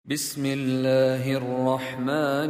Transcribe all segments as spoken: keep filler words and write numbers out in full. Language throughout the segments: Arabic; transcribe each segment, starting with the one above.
بسم الله الرحمن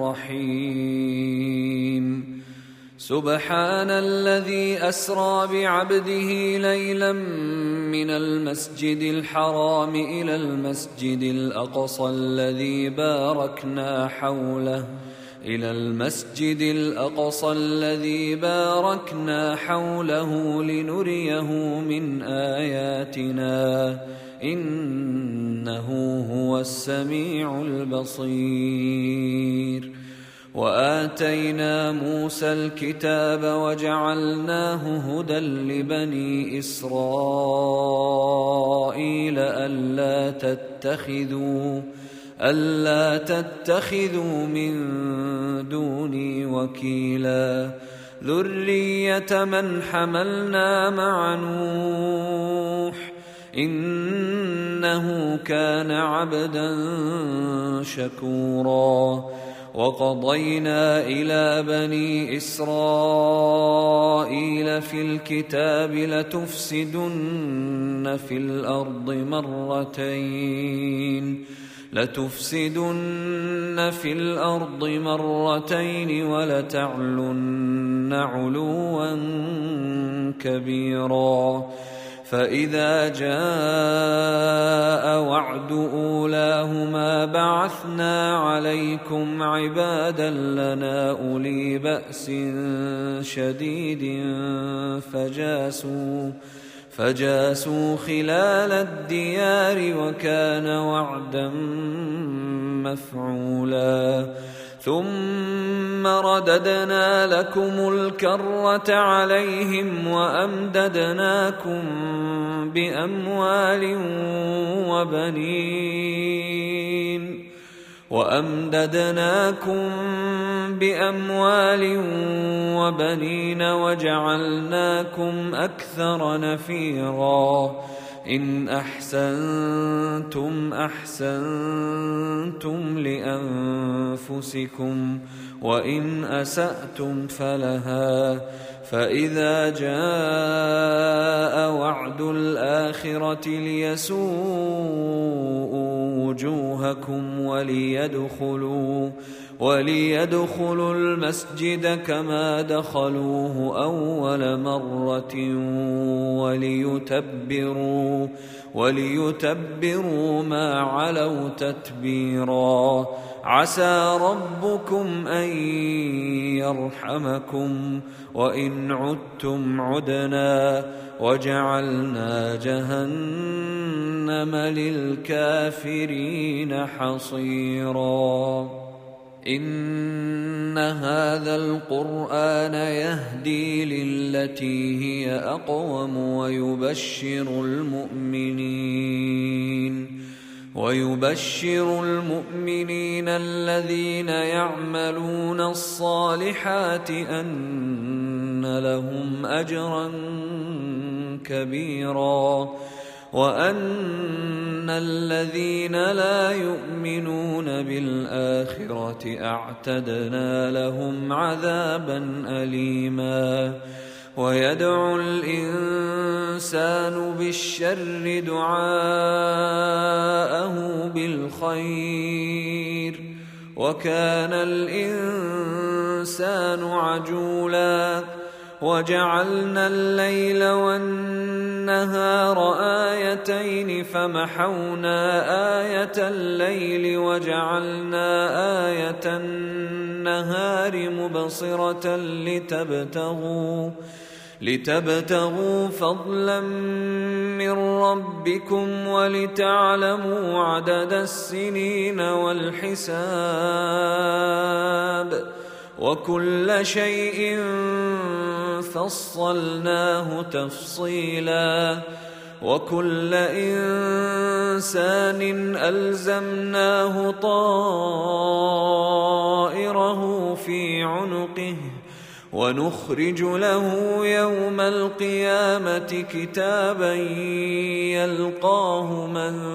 الرحيم سبحان الذي أسرى بعبده ليلا من المسجد الحرام إلى المسجد الأقصى الذي باركنا حوله إلى المسجد الأقصى الذي باركنا حوله لنريه من آياتنا إنه هو السميع البصير. وآتينا موسى الكتاب وجعلناه هدى لبني إسرائيل ألا تتخذوا ألا تتخذوا من دوني وكيلا ذرية من حملنا مع نوح إنه كان عبدا شكورا. وقضينا إلى بني إسرائيل في الكتاب لتفسدن في الأرض مرتين لتفسدن في الأرض مرتين ولتعلن علوا كبيرا. فإذا جاء وعد أولاهما بعثنا عليكم عبادا لنا أولي بأس شديد فجاسوا فجاسوا خلال الديار وكان وعدا مفعولا. ثم رددنا لكم الكرة عليهم وأمددناكم بأموال وبنين وأمددناكم بأموال وبنين وجعلناكم أكثر نفيرا. إن أحسنتم أحسنتم لأنفسكم وإن أسأتم فلها. فإذا جاء وعد الآخرة ليسوءوا وجوهكم وليدخلوا وليدخلوا المسجد كما دخلوه أول مرة وليتبروا وليتبروا ما علوا تتبيرا. عسى ربكم أن يرحمكم وإن عدتم عدنا وجعلنا جهنم للكافرين حصيرا. إن هذا القرآن يهدي للتي هي أقوم ويبشر المؤمنين ويبشر المؤمنين الذين يعملون الصالحات أن لهم أجرا كبيرا وأن الذين لا يؤمنون بالآخرة أعتدنا لهم عذابا أليما. ويدعو الإنسان بالشر دعاءه بالخير وكان الإنسان عجولا. وجعلنا الليل والنهار آيتين فمحونا آية الليل وجعلنا آية النهار مبصرة لتبتغوا لتبتغوا فضلا من ربكم ولتعلموا عدد السنين والحساب وكل شيء فصلناه تفصيلا. وكل إنسان ألزمناه طائره في عنقه ونخرج له يوم القيامة كتابا يلقاه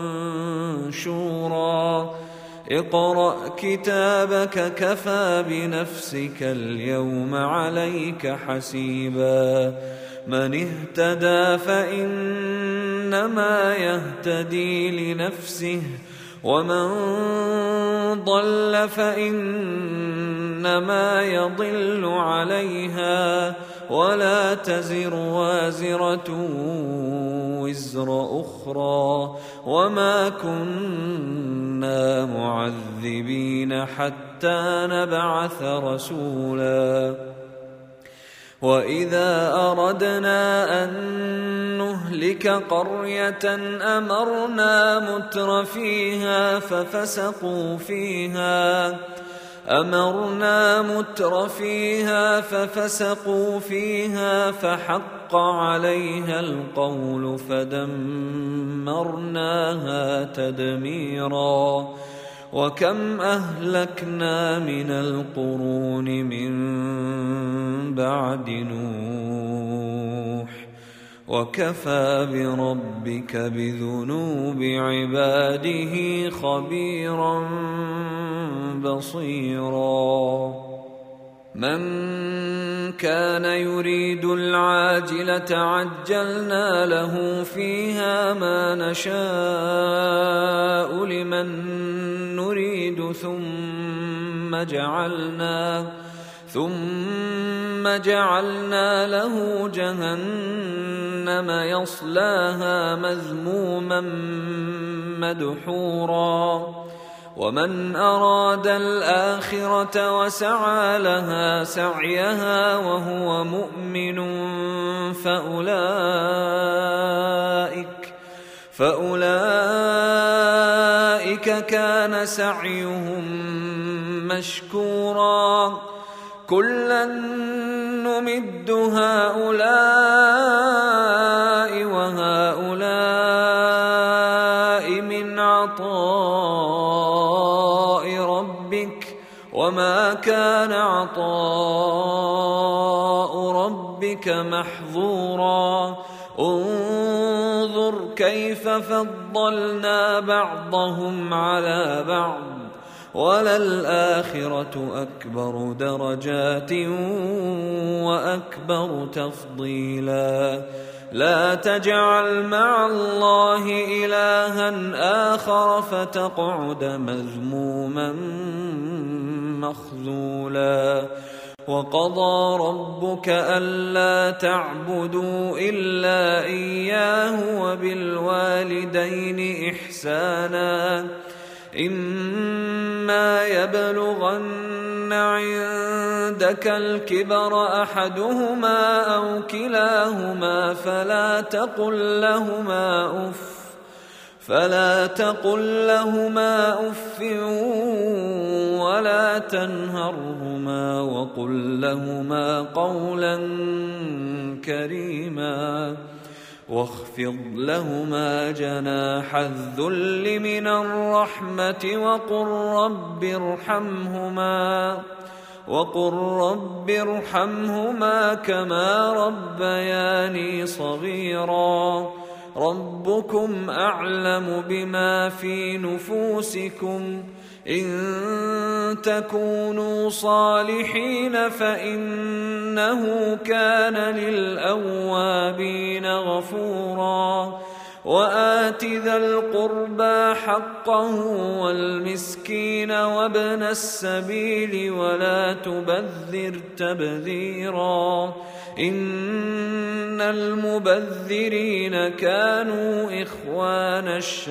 منشورا. اقرأ كتابك كفى بنفسك اليوم عليك حسيبا. من اهتدى فإنما يهتدي لنفسه ومن ضل فإنما يضل عليها ولا تزر وازرة وزر أخرى وما كنا معذبين حتى نبعث رسولا وإذا أردنا أن نهلك قرية أمرنا متر فيها ففسقوا فيها أمرنا متر فيها ففسقوا فيها فحق عليها القول فدمرناها تدميرا وكم أهلكنا من القرون من بعد نوح وكفى بربك بذنوب عباده خبيرا بصيرا من كان يريد العاجلة عجلنا له فيها ما نشاء لمن نريد ثم جعلنا ثم جعلنا له جهنم يصلاها مذموما مدحورا ومن أراد الآخرة وسعى لها سعيها وهو مؤمن فأولئك فأولئك كان سعيهم مشكورا كلا نمد هؤلاء وهؤلاء من عطاء ربك وما كان عطاء ربك محظورا انظر كيف فضلنا بعضهم على بعض وللآخرة أكبر درجات وأكبر تفضيلا لا تجعل مع الله إلها آخر فتقعد مذموما مخذولا وقضى ربك ألا تعبدوا إلا إياه وبالوالدين إحسانا إما يبلغن عندك الكبر أحدهما أو كلاهما فلا تقل لهما أف فلا تقل لهما أف ولا تنهرهما وقل لهما قولا كريما واخفض لهما جناح الذل من الرحمة وقل رب ارحمهما وقل رب ارحمهما كما ربياني صغيرا ربكم أعلم بما في نفوسكم إن تكونوا صالحين فإنه كان للأوابين غفورا وآت ذا القربى حقه والمسكين وابن السبيل ولا تبذر تبذيرا إن المبذرين كانوا إخوان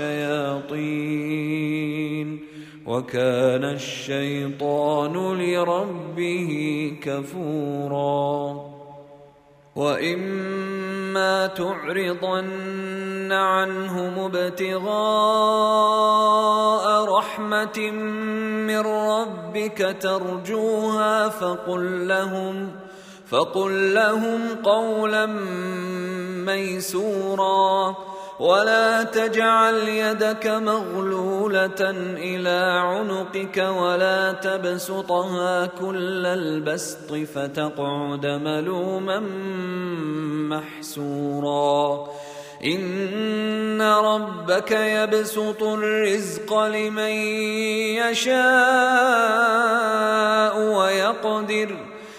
الشياطين وكان الشيطان لربه كفورا وإما تعرضن عنهم ابتغاء رحمة من ربك ترجوها فقل لهم فقل لهم قولا ميسورا ولا تجعل يدك مغلولة إلى عنقك ولا تبسطها كل البسط فتقعد ملوما محسورا إن ربك يبسط الرزق لمن يشاء ويقدر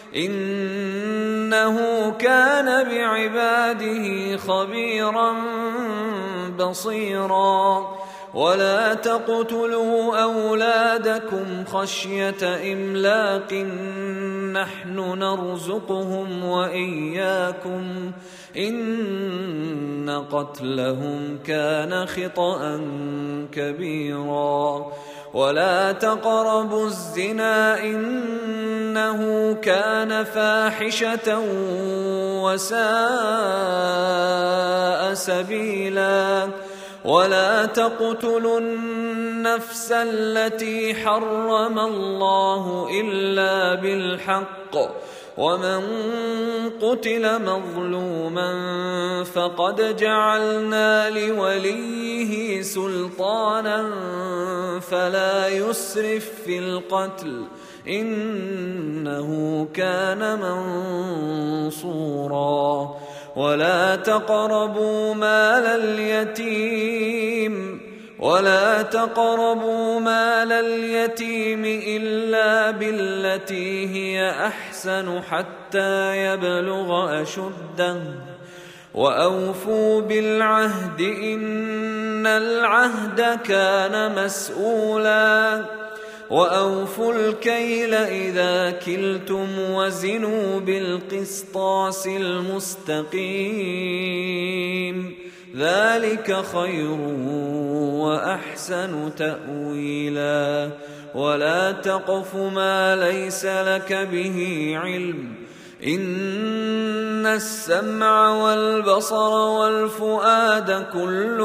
إنه كان بعباده خبيرا بصيرا ولا تقتلوا أولادكم خشية إملاق نحن نرزقهم وإياكم إن قتلهم كان خطأ كبيرا ولا تقربوا الزنا إنه كان فاحشة وساء سبيلا ولا تقتلوا النفس التي حرم الله إلا بالحق ومن قتل مظلوما فقد جعلنا لوليه سلطانا فلا يسرف في القتل إنه كان منصورا ولا تقربوا مال اليتيم ولا تقربوا مال اليتيم إلا بالتي هي أحسن حتى يبلغ أشده وأوفوا بالعهد إن العهد كان مسؤولا وأوفوا الكيل إذا كلتم وزنوا بالقسطاس المستقيم ذلك خير وأحسن تأويلا ولا تقف ما ليس لك به علم إن السمع والبصر والفؤاد كل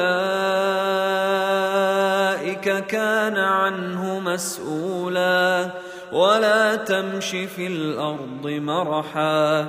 أولئك كان عنه مسؤولا ولا تمش في الأرض مرحا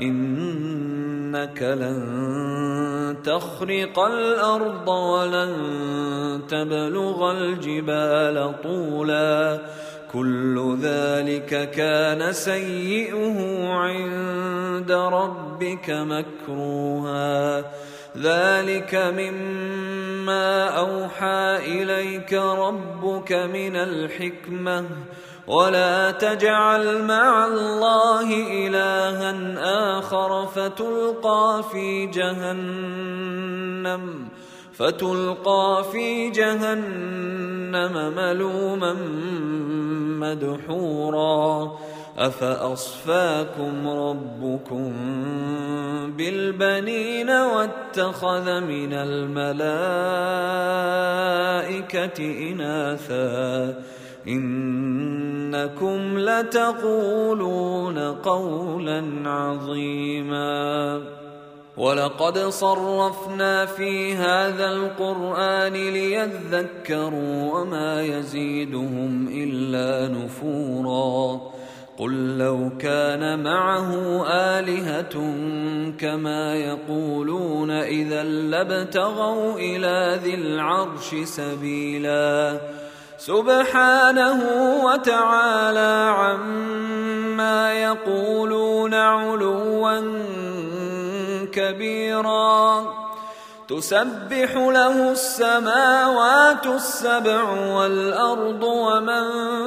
إنك لن تخرق الأرض ولن تبلغ الجبال طولا كل ذلك كان سيئه عند ربك مكروها ذلك مما أوحى إليك ربك من الحكمة ولا تجعل مع الله إلها آخر فتلقى في جهنم فتلقى في جهنم ملوما مدحورا أفأصفاكم ربكم بالبنين واتخذ من الملائكة إناثا إنكم لتقولون قولا عظيما ولقد صرفنا في هذا القرآن ليذكروا وما يزيدهم إلا نفورا قل لو كان معه آلهة كما يقولون إذا لابتغوا إلى ذي العرش سبيلا سبحانه وتعالى عما يقولون علوا كبيرا تسبح له السماوات السبع والأرض ومن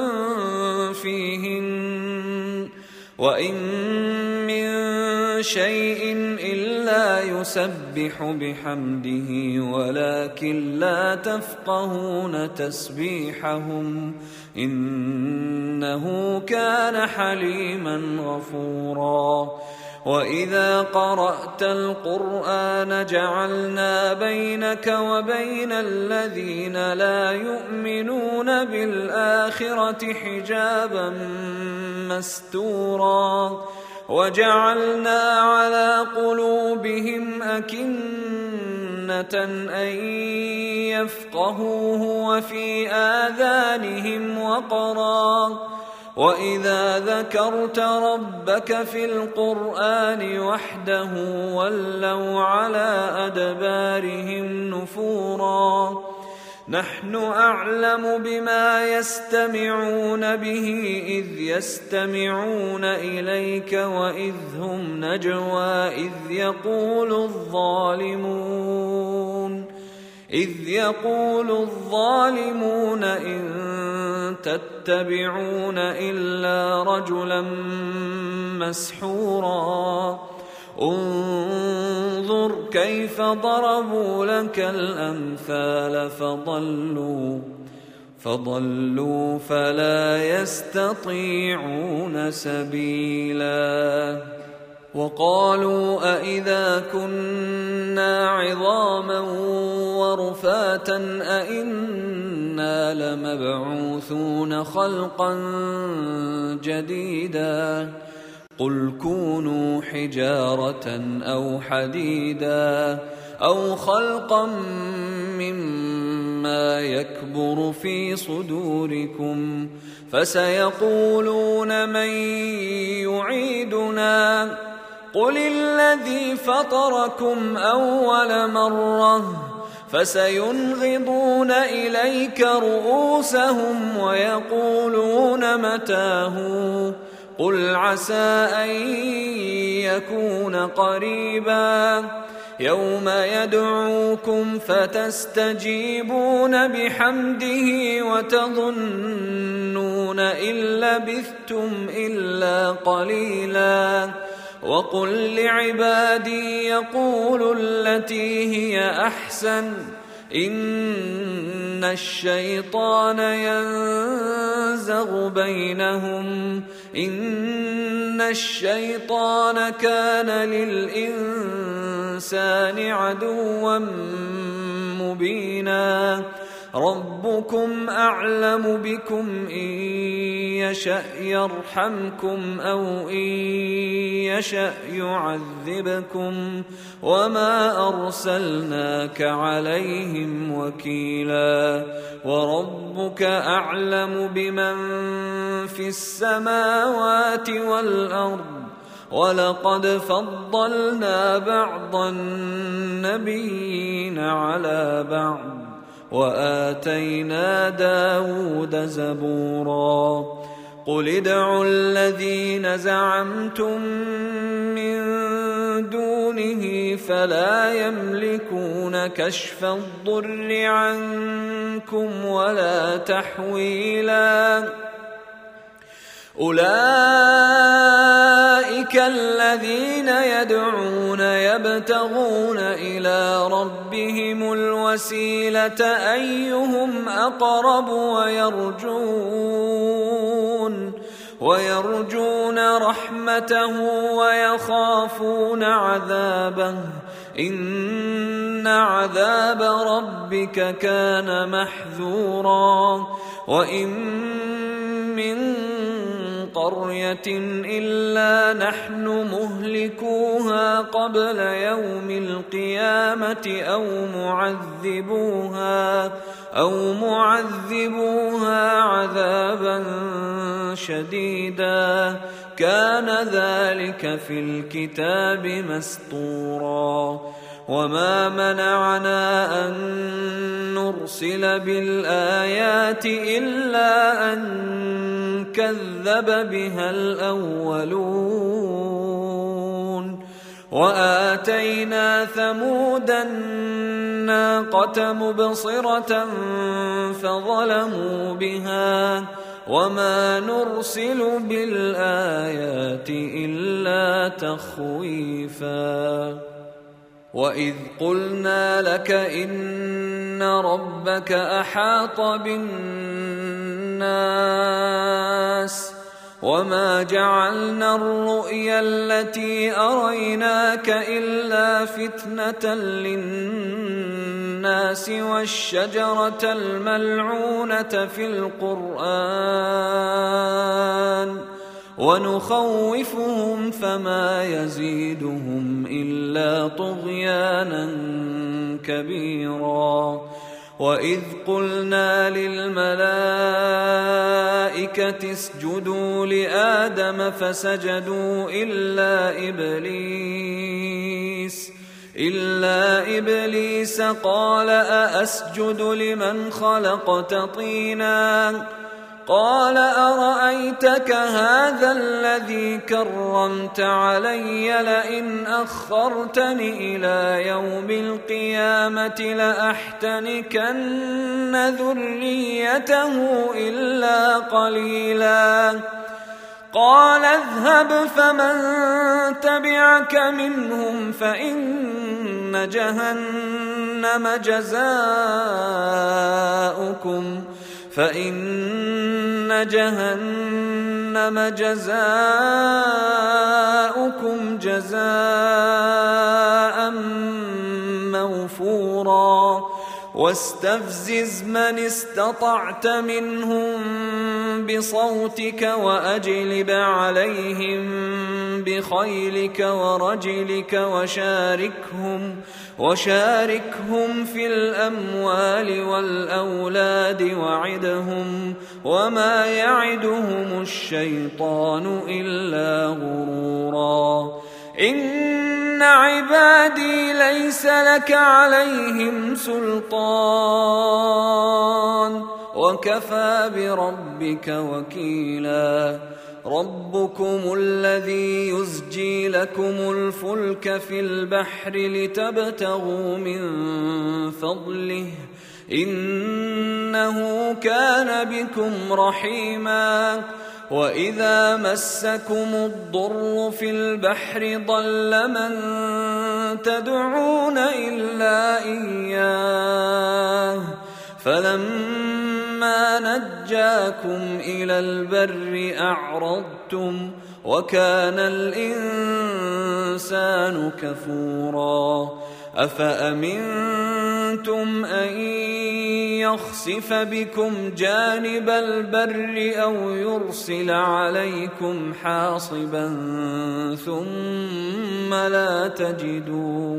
فيهن وإن من شيء إلا يسبح بحمده ولكن لا تفقهون تسبيحهم إنه كان حليما غفورا وإذا قرأت القرآن جعلنا بينك وبين الذين لا يؤمنون بالآخرة حجابا مستورا وجعلنا على قلوبهم أكنة أن يفقهوه وفي آذانهم وقرا وإذا ذكرت ربك في القرآن وحده ولوا على أدبارهم نفورا نحن أعلم بما يستمعون به إذ يستمعون إليك وإذ هم نجوى إذ يقول الظالمون إذ يقول الظالمون إن تتبعون إلا رجلا مسحورا انظر كيف ضربوا لك الأمثال فضلوا فضلوا فلا يستطيعون سبيلا وقالوا أإذا كنا عظاما ورفاتا أإنا لمبعوثون خلقا جديدا قل كونوا حجارة أو حديدا أو خلقا مما يكبر في صدوركم فسيقولون من يعيدنا قل الذي فطركم أول مرة فسينغضون إليك رؤوسهم ويقولون متاه قل عسى أن يكون قريبا يوم يدعوكم فتستجيبون بحمده وتظنون إن لبثتم إلا قليلا وقل لعبادي يقولوا التي هي أحسن إن الشيطان ينزغ بينهم إن الشيطان كان للإنسان عدوا مبينا ربكم أعلم بكم إن يشأ يرحمكم أو إن يشأ يعذبكم وما أرسلناك عليهم وكيلا وربك أعلم بمن في السماوات والأرض ولقد فضلنا بعض النبيين على بعض وآتينا داود زبورا قل ادعوا الذين زعمتم من دونه فلا يملكون كشف الضر عنكم ولا تحويلا أولئك الذين يدعون يبتغون إلى ربهم الوسيلة أيهم أقرب ويرجون ويرجون رحمته ويخافون عذابه إن عذاب ربك كان محذورا وإن من قرية إلا نحن مهلكوها قبل يوم القيامة أو معذبوها أو معذبوها عذابا شديدا كان ذلك في الكتاب مسطورا وما منعنا أن نرسل بالآيات إلا أن كذب بها الأولون وآتينا ثمود الناقة مبصرة فظلموا بها وما نرسل بالآيات إلا تخويفا وإذ قلنا لك إن ربك أحاط بالناس وما جعلنا الرؤيا التي أريناك إلا فتنة للناس والشجرة الملعونة في القرآن ونخوفهم فما يزيدهم إلا طغيانا كبيرا وإذ قلنا للملائكة اسجدوا لآدم فسجدوا إلا إبليس إلا إبليس قال أأسجد لمن خلقت طينا قال أرأيتك هذا الذي كرمت علي لئن أخرتني إلى يوم القيامة لأحتنكن ذريته إلا قليلا قال اذهب فمن تبعك منهم فإن جهنم جزاؤكم فإن جهنم جزاؤكم جزاء موفورا واستفزز من استطعت منهم بصوتك وأجلب عليهم بخيلك ورجلك وشاركهم وشاركهم في الأموال والأولاد وعدهم وما يعدهم الشيطان إلا غرورا إن عبادي ليس لك عليهم سلطان وكفى بربك وكيلا ربكم الذي يزجي لكم الفلك في البحر لتبتغوا من فضله إنه كان بكم رحيما وإذا مسكم الضر في البحر ضل من تدعون إلا إياه فلما نجاكم إلى البر أعرضتم وكان الإنسان كفورا أفأمنتم أن يخسف بكم جانب البر أو يرسل عليكم حاصبا ثم لا تجدوا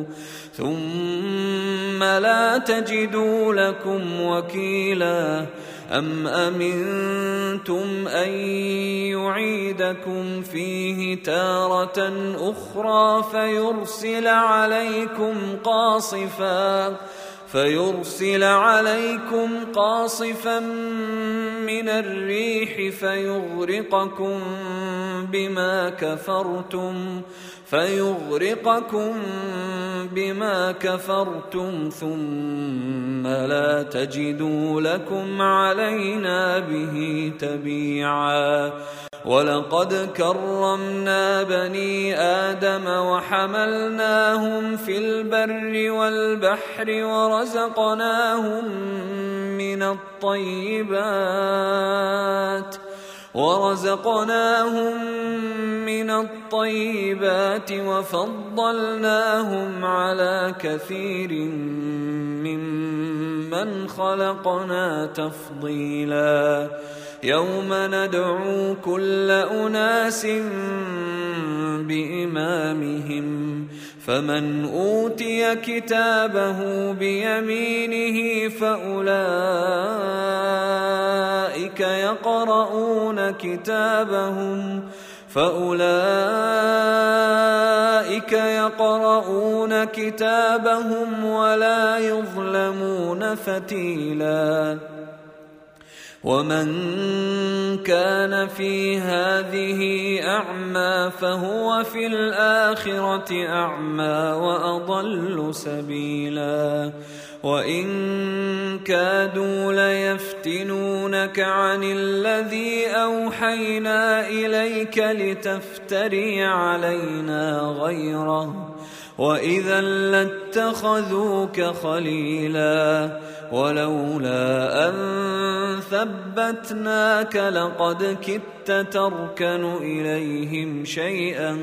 ثم لا تجدوا لكم وكيلا أم أمنتم أن يعيدكم فيه تارة أخرى فيرسل عليكم قاصفا فيرسل عليكم قاصفا من الريح فيغرقكم بما كفرتم فيغرقكم بما كفرتم ثم لا تجدوا لكم علينا به تبيعا ولقد كرمنا بني آدم وحملناهم في البر والبحر ورزقناهم من الطيبات ورزقناهم من الطيبات وفضلناهم على كثير ممن خلقنا تفضيلا يوم ندعو كل أناس بإمامهم فمن أوتي كتابه بيمينه فأولئك يقرؤون كتابهم فأولئك يقرؤون كتابهم ولا يظلمون فتيلا ومن كان في هذه أعمى فهو في الآخرة أعمى وأضل سبيلا وإن كادوا ليفتنونك عن الذي أوحينا إليك لتفتري علينا غيره وإذا لاتخذوك خليلا ولولا أن ثبتناك لقد كدت تركن إليهم شيئا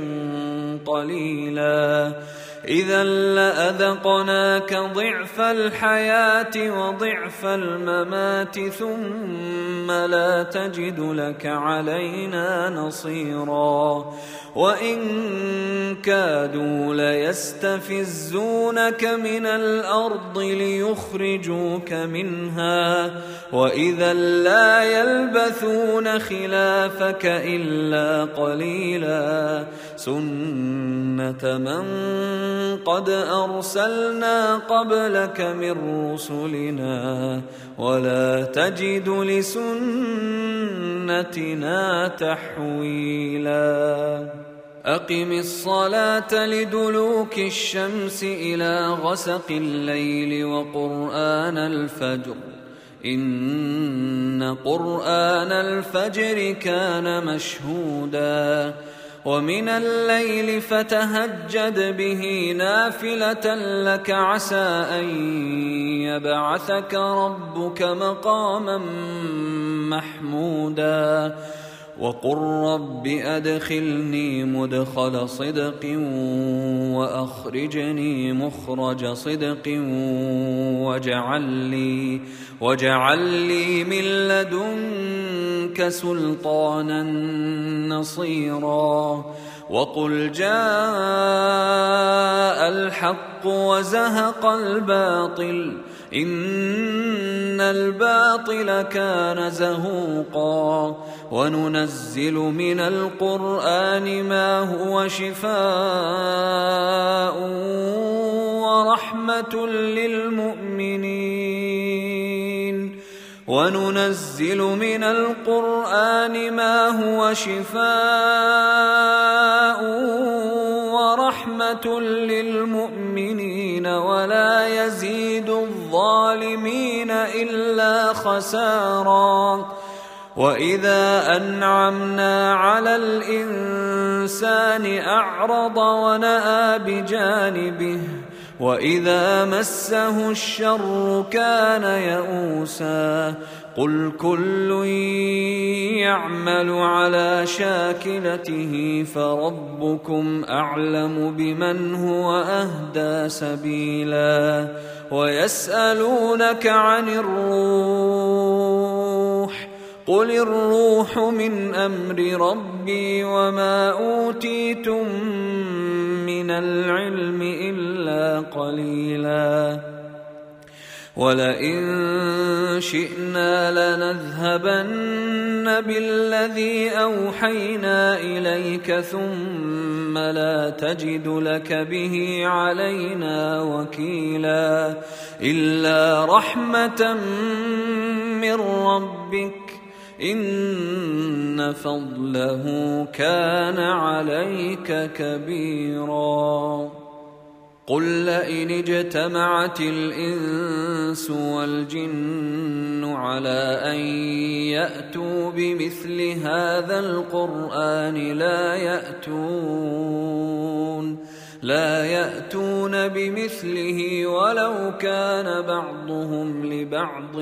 قليلا إذا لأذقناك ضعف الحياة وضعف الممات ثم لا تجد لك علينا نصيرا وإن كادوا ليستفزونك من الأرض ليخرجوك منها وإذا لا يلبثون خلافك إلا قليلا سنة من قد أرسلنا قبلك من رسلنا ولا تجد لسنتنا تحويلا أقم الصلاة لدلوك الشمس إلى غسق الليل وقرآن الفجر إن قرآن الفجر كان مشهودا ومن الليل فتهجد به نافلة لك عسى أن يبعثك ربك مقاما محمودا وقل رب أدخلني مدخل صدق وأخرجني مخرج صدق واجعل لي, واجعل لي من لدنك سلطانا نصيرا وقل جاء الحق وزهق الباطل إن الباطل كان زهوقا وننزل من القرآن ما هو شفاء ورحمة للمؤمنين وننزل من القرآن ما هو شفاء ورحمة للمؤمنين ولا يزيد الظالمين إلا خسارا وإذا أنعمنا على الإنسان أعرض ونأى بجانبه وإذا مسه الشر كان يئوسا قل كل يعمل على شاكلته فربكم أعلم بمن هو أهدى سبيلا ويسألونك عن الروح قل الروح من أمر ربي وما أوتيتم من العلم إلا قليلا ولئن شئنا لنذهبن بالذي أوحينا إليك ثم لا تجد لك به علينا وكيلا إلا رحمة من ربك إن فضله كان عليك كبيرا قل لئن اجتمعت الإنس والجن على أن يأتوا بمثل هذا القرآن لا يأتون لا يأتون بمثله ولو كان بعضهم لبعض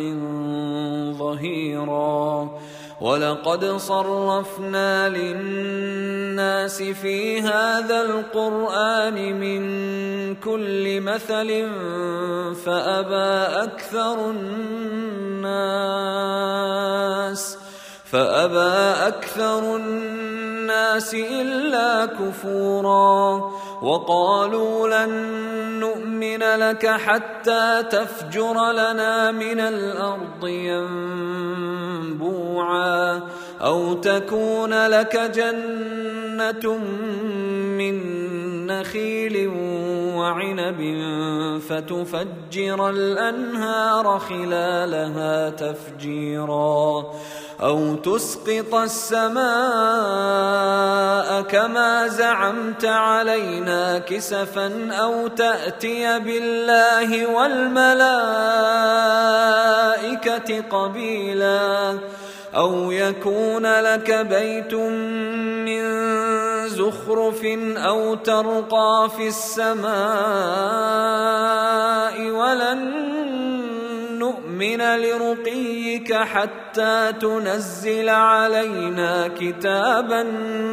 ظهيرا ولقد صرفنا للناس في هذا القرآن من كل مثل فأبى أكثر الناس فأبى أكثر الناس إلا كفورا وقالوا لن نؤمن لك حتى تفجر لنا من الأرض ينبوعا أو تكون لك جنة من نخيل وعنب فتفجر الأنهار خلالها تفجيرا أو تسقط السماء كما زعمت علينا كسفا أو تأتي بالله والملائكة قبيلا أو يكون لك بيت من زخرف أو ترقى في السماء ولن نؤمن لرقيك حتى تنزل علينا كتابا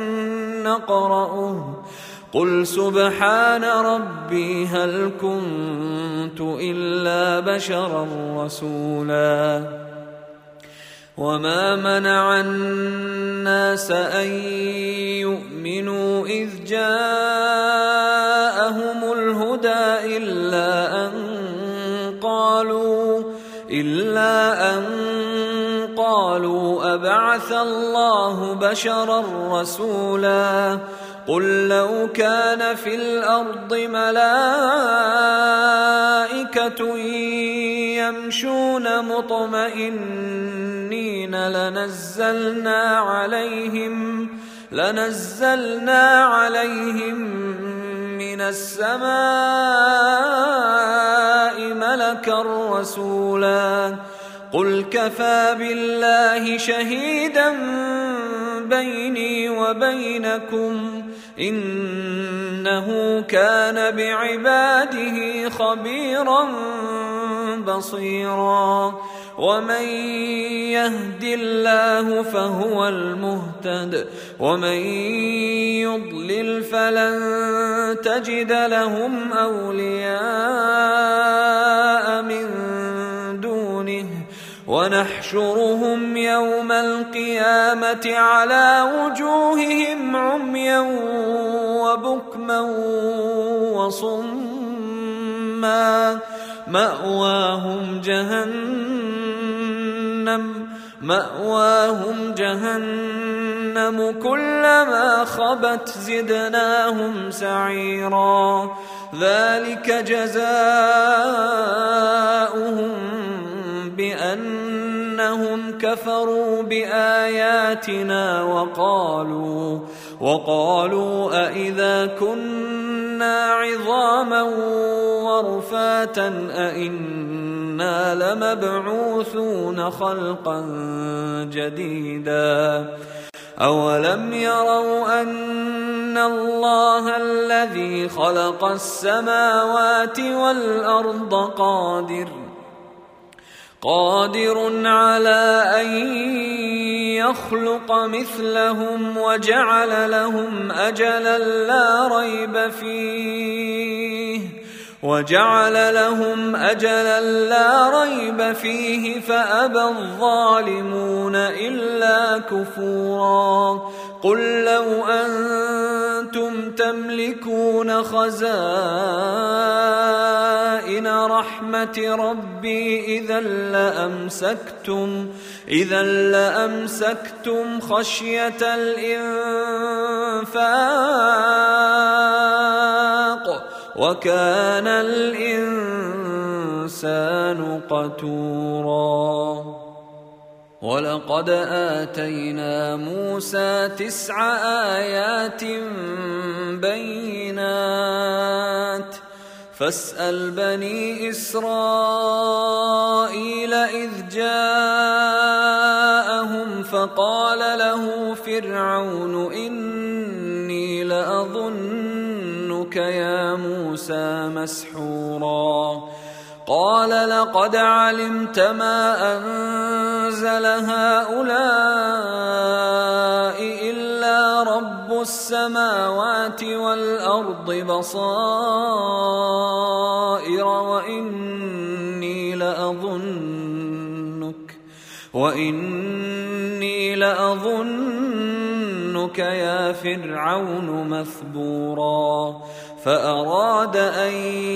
نقرأه قل سبحان ربي هل كنت إلا بشرا رسولا وما منع الناس أن يؤمنوا إذ جاءهم الهدى إلا أن قالوا إلا أن قالوا أبعث الله بشرا رسولا قل لو كان في الأرض ملائكة يمشون مطمئنين لنزلنا عليهم لنزلنا عليهم من السماء ملكا رسولا قل كفى بالله شهيدا بيني وبينكم إنه كان بعباده خبيرا بصيرا ومن يهد الله فهو المهتد ومن يضلل فلن تجد لهم أولياء من دونه ونحشرهم يوم القيامة على وجوههم عميا وبكما وصما مأواهم جهنم مأواهم جهنم كلما خبت زدناهم سعيرا ذلك جزاؤهم بأنهم كفروا بآياتنا وقالوا وقالوا أإذا كنا عظاما ورفاتا أإنا لمبعوثون خلقا جديدا أولم يروا أن الله الذي خلق السماوات والأرض قادر قادر على أن يخلق مثلهم وجعل لهم أجلا لا ريب فيه وجعل لهم أجلا لا ريب فيه فأبى الظالمون إلا كفورا قل لو أنتم تملكون خزائن رحمة ربي إذا لأمسكتم إذا لأمسكتم خشية الإنفاق وكان الإنسان قتورا ولقد آتينا موسى تسع آيات بينات فاسأل بني إسرائيل إذ جاءهم فقال له فرعون إني لأظنك يا موسى مسحورا قال لقد علمت ما أنزل هؤلاء إلا رب السماوات والأرض بصائر وإني لأظنك وإني لأظنك يا فرعون مثبورا فأراد أن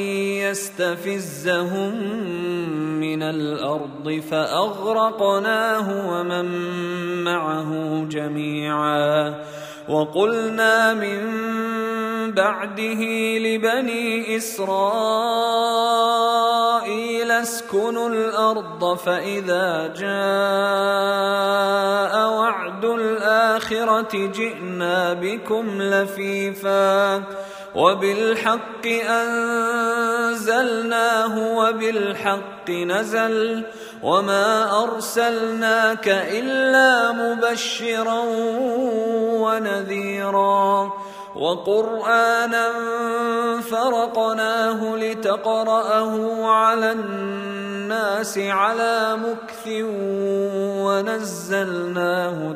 يستفزهم من الأرض فأغرقناه ومن معه جميعا وقلنا من بعده لبني إسرائيل اسكنوا الأرض فإذا جاء وعد الآخرة جئنا بكم لفيفا وبالحق أنزلناه وبالحق نزل وما أرسلناك إلا مبشرا ونذيرا وقرآنا فرقناه لتقرأه على الناس على مكث ونزلناه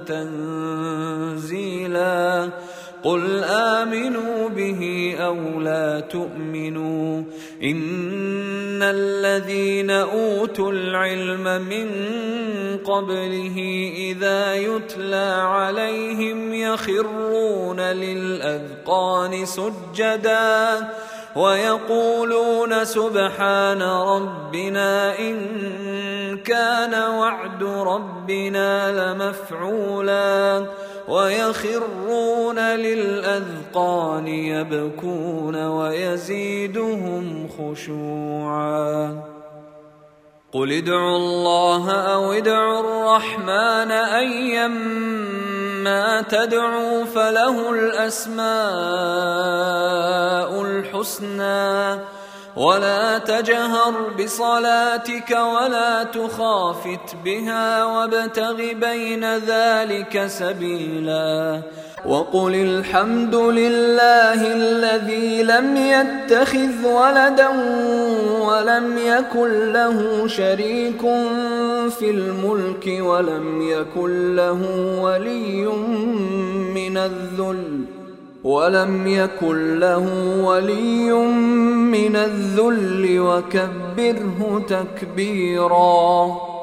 تنزيلا قل آمنوا به أو لا تؤمنوا إن الذين أوتوا العلم من قبله إذا يتلى عليهم يخرون للأذقان سجدا ويقولون سبحان ربنا إن كان وعد ربنا لمفعولا ويخرون للأذقان يبكون ويزيدهم خشوعا قل ادعوا الله أو ادعوا الرحمن أيما تدعوا فله الأسماء الحسنى ولا تجهر بصلاتك ولا تخافت بها وابتغ بين ذلك سبيلا وقل الحمد لله الذي لم يتخذ ولدا ولم يكن له شريك في الملك ولم يكن له ولي من الذل ولم يكن له ولي من الذل وكبره تكبيرا.